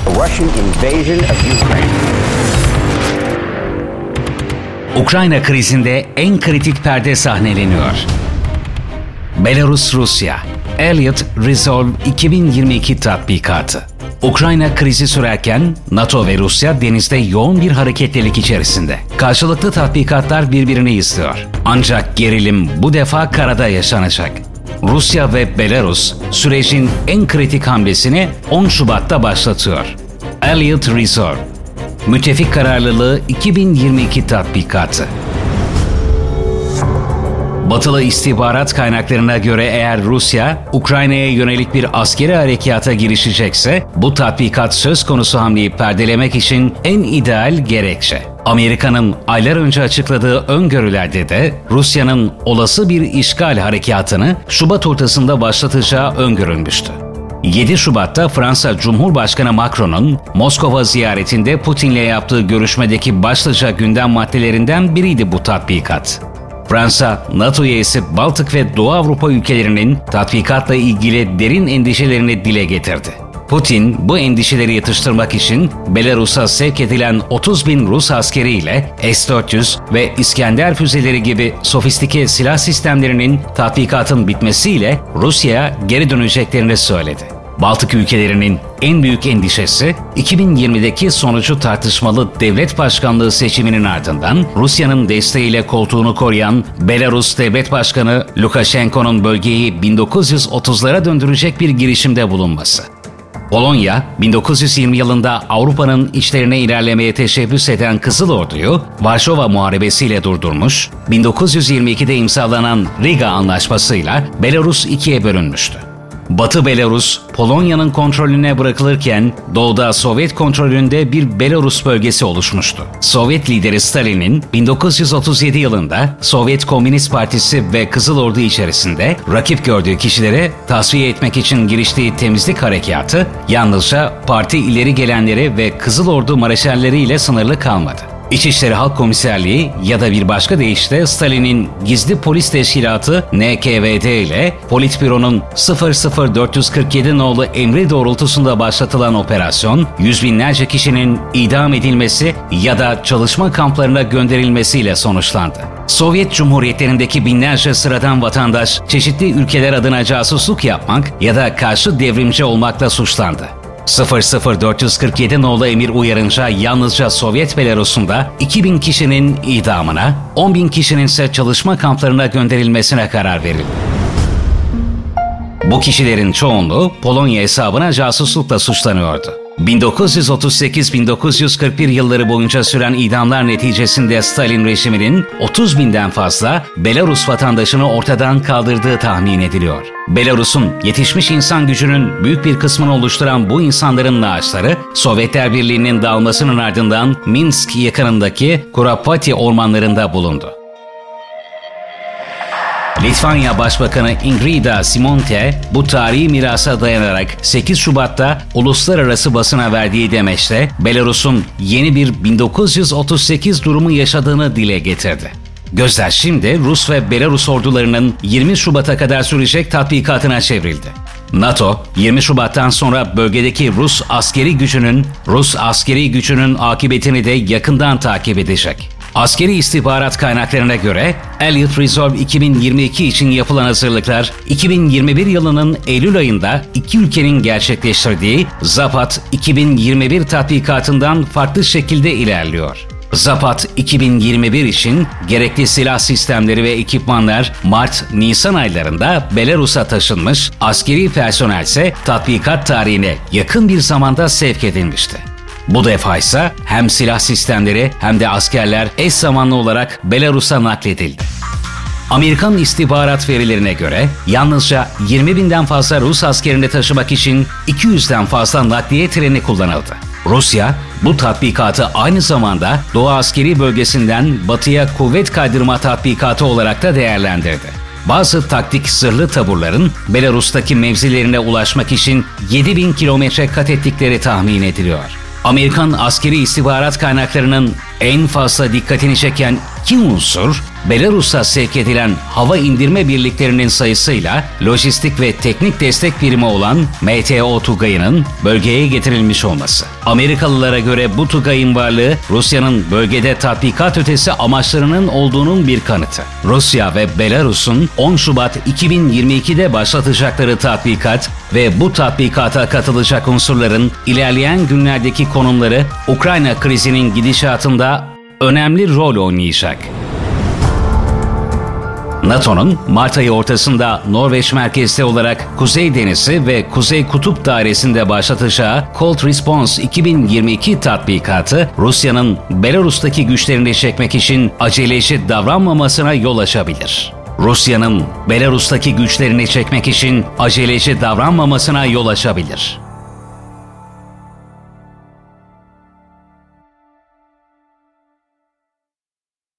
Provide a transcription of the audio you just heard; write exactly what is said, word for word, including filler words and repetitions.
Russian invasion of Ukraine. Ukrayna krizinde en kritik perde sahneleniyor. Belarus-Rusya Elliott Resolve iki bin yirmi iki tatbikatı. Ukrayna krizi sürerken NATO ve Rusya denizde yoğun bir hareketlilik içerisinde. Karşılıklı tatbikatlar birbirini izliyor. Ancak gerilim bu defa karada yaşanacak. Rusya ve Belarus sürecin en kritik hamlesini on Şubat'ta başlatıyor. Elliott Resolve Müttefik Kararlılığı iki bin yirmi iki tatbikatı. Batılı istihbarat kaynaklarına göre eğer Rusya, Ukrayna'ya yönelik bir askeri harekata girişecekse, bu tatbikat söz konusu hamleyi perdelemek için en ideal gerekçe. Amerika'nın aylar önce açıkladığı öngörülerde de Rusya'nın olası bir işgal harekatını Şubat ortasında başlatacağı öngörülmüştü. yedi Şubat'ta Fransa Cumhurbaşkanı Macron'un Moskova ziyaretinde Putin'le yaptığı görüşmedeki başlıca gündem maddelerinden biriydi bu tatbikat. Fransa, NATO üyesi Baltık ve Doğu Avrupa ülkelerinin tatbikatla ilgili derin endişelerini dile getirdi. Putin, bu endişeleri yatıştırmak için Belarus'a sevk edilen otuz bin Rus askeriyle S dört yüz ve İskender füzeleri gibi sofistike silah sistemlerinin tatbikatın bitmesiyle Rusya'ya geri döneceklerini söyledi. Baltık ülkelerinin en büyük endişesi iki bin yirmideki sonucu tartışmalı devlet başkanlığı seçiminin ardından Rusya'nın desteğiyle koltuğunu koruyan Belarus Devlet Başkanı Lukashenko'nun bölgeyi bin dokuz yüz otuzlara döndürecek bir girişimde bulunması. Polonya, bin dokuz yüz yirmi yılında Avrupa'nın içlerine ilerlemeye teşebbüs eden Kızıl Ordu'yu Varşova Muharebesi'yle durdurmuş, bin dokuz yüz yirmi ikide imzalanan Riga Anlaşması'yla Belarus ikiye bölünmüştü. Batı Belarus, Polonya'nın kontrolüne bırakılırken doğuda Sovyet kontrolünde bir Belarus bölgesi oluşmuştu. Sovyet lideri Stalin'in bin dokuz yüz otuz yedi yılında Sovyet Komünist Partisi ve Kızıl Ordu içerisinde rakip gördüğü kişilere tasfiye etmek için giriştiği temizlik harekatı yalnızca parti ileri gelenleri ve Kızıl Ordu mareşalleriyle sınırlı kalmadı. İçişleri Halk Komiserliği ya da bir başka deyişle Stalin'in Gizli Polis Teşkilatı N K V D ile Politbüro'nun sıfır sıfır dört yüz kırk yedi nolu emri doğrultusunda başlatılan operasyon, yüz binlerce kişinin idam edilmesi ya da çalışma kamplarına gönderilmesiyle sonuçlandı. Sovyet Cumhuriyetlerindeki binlerce sıradan vatandaş çeşitli ülkeler adına casusluk yapmak ya da karşı devrimci olmakla suçlandı. sıfır sıfır dört yüz kırk yedi nolu emir uyarınca yalnızca Sovyet Belarus'unda iki bin kişinin idamına, on bin kişinin ise çalışma kamplarına gönderilmesine karar verildi. Bu kişilerin çoğunluğu Polonya hesabına casuslukla suçlanıyordu. bin dokuz yüz otuz sekiz bin dokuz yüz kırk bir yılları boyunca süren idamlar neticesinde Stalin rejiminin otuz binden fazla Belarus vatandaşını ortadan kaldırdığı tahmin ediliyor. Belarus'un yetişmiş insan gücünün büyük bir kısmını oluşturan bu insanların naaşları Sovyetler Birliği'nin dağılmasının ardından Minsk yakınındaki Kurapati ormanlarında bulundu. Litvanya Başbakanı Ingrida Šimonytė bu tarihi mirasa dayanarak sekiz Şubat'ta uluslararası basına verdiği demeçte Belarus'un yeni bir bin dokuz yüz otuz sekiz durumu yaşadığını dile getirdi. Gözler şimdi Rus ve Belarus ordularının yirmi Şubat'a kadar sürecek tatbikatına çevrildi. NATO, yirmi Şubat'tan sonra bölgedeki Rus askeri gücünün Rus askeri gücünün akıbetini de yakından takip edecek. Askeri istihbarat kaynaklarına göre Elliott Resolve iki bin yirmi iki için yapılan hazırlıklar iki bin yirmi bir yılının Eylül ayında iki ülkenin gerçekleştirdiği Zapad iki bin yirmi bir tatbikatından farklı şekilde ilerliyor. Zapad iki bin yirmi bir için gerekli silah sistemleri ve ekipmanlar Mart-Nisan aylarında Belarus'a taşınmış, askeri personel ise tatbikat tarihine yakın bir zamanda sevk edilmişti. Bu defa ise hem silah sistemleri hem de askerler eş zamanlı olarak Belarus'a nakledildi. Amerikan istihbarat verilerine göre yalnızca yirmi binden fazla Rus askerini taşımak için iki yüzden fazla nakliye treni kullanıldı. Rusya, bu tatbikatı aynı zamanda Doğu Askeri Bölgesi'nden Batı'ya kuvvet kaydırma tatbikatı olarak da değerlendirdi. Bazı taktik zırhlı taburların Belarus'taki mevzilerine ulaşmak için yedi bin kilometre kat ettikleri tahmin ediliyor. Amerikan askeri istihbarat kaynaklarının en fazla dikkatini çeken iki unsur, Belarus'a sevk edilen hava indirme birliklerinin sayısıyla lojistik ve teknik destek birimi olan M T O Tugayı'nın bölgeye getirilmiş olması. Amerikalılara göre bu Tugay'ın varlığı Rusya'nın bölgede tatbikat ötesi amaçlarının olduğunun bir kanıtı. Rusya ve Belarus'un on Şubat iki bin yirmi ikide başlatacakları tatbikat ve bu tatbikata katılacak unsurların ilerleyen günlerdeki konumları Ukrayna krizinin gidişatında önemli rol oynayacak. NATO'nun Mart ayı ortasında Norveç merkezli olarak Kuzey Denizi ve Kuzey Kutup Dairesi'nde başlatacağı Cold Response iki bin yirmi iki tatbikatı Rusya'nın Belarus'taki güçlerini çekmek için aceleci davranmamasına yol açabilir. Rusya'nın Belarus'taki güçlerini çekmek için aceleci davranmamasına yol açabilir.